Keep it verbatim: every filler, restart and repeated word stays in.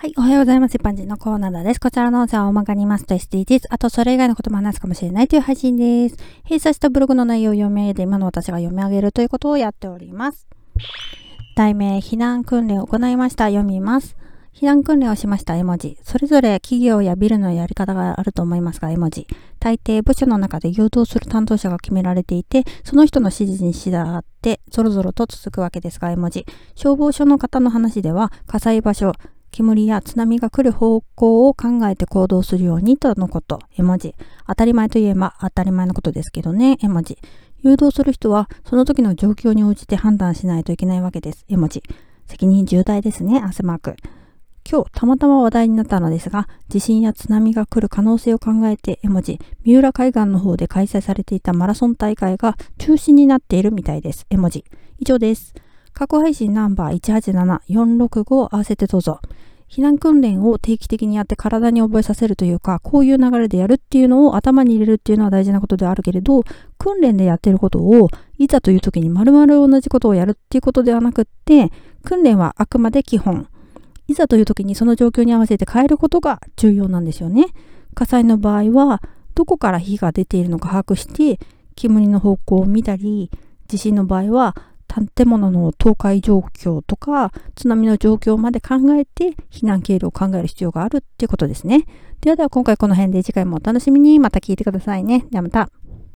はい、おはようございます。一般人のコーナーです。こちらの音声は大まかに言いますと エスディージーズ、あとそれ以外のことも話すかもしれないという配信です。閉鎖したブログの内容を読み上げて、今の私が読み上げるということをやっております。題名、避難訓練を行いました。読みます。避難訓練をしました絵文字。それぞれ企業やビルのやり方があると思いますが、絵文字。大抵部署の中で誘導する担当者が決められていて、その人の指示に従ってゾロゾロと続くわけですが、絵文字。消防署の方の話では、火災場所、煙や津波が来る方向を考えて行動するようにとのこと。絵文字。当たり前といえば当たり前のことですけどね。絵文字。誘導する人はその時の状況に応じて判断しないといけないわけです。絵文字。責任重大ですね。汗マーク。今日たまたま話題になったのですが、地震や津波が来る可能性を考えて絵文字。三浦海岸の方で開催されていたマラソン大会が中止になっているみたいです。絵文字。以上です。過去配信ナンバーいちはちななよんろくごを合わせてどうぞ。避難訓練を定期的にやって体に覚えさせるというか、こういう流れでやるっていうのを頭に入れるっていうのは大事なことであるけれど、訓練でやってることをいざという時に丸々同じことをやるっていうことではなくって、訓練はあくまで基本。いざという時にその状況に合わせて変えることが重要なんですよね。火災の場合は、どこから火が出ているのか把握して、煙の方向を見たり、地震の場合は、建物の倒壊状況とか津波の状況まで考えて避難経路を考える必要があるっていうことですね。ではでは今回この辺で、次回もお楽しみに。また聞いてくださいね。ではまた。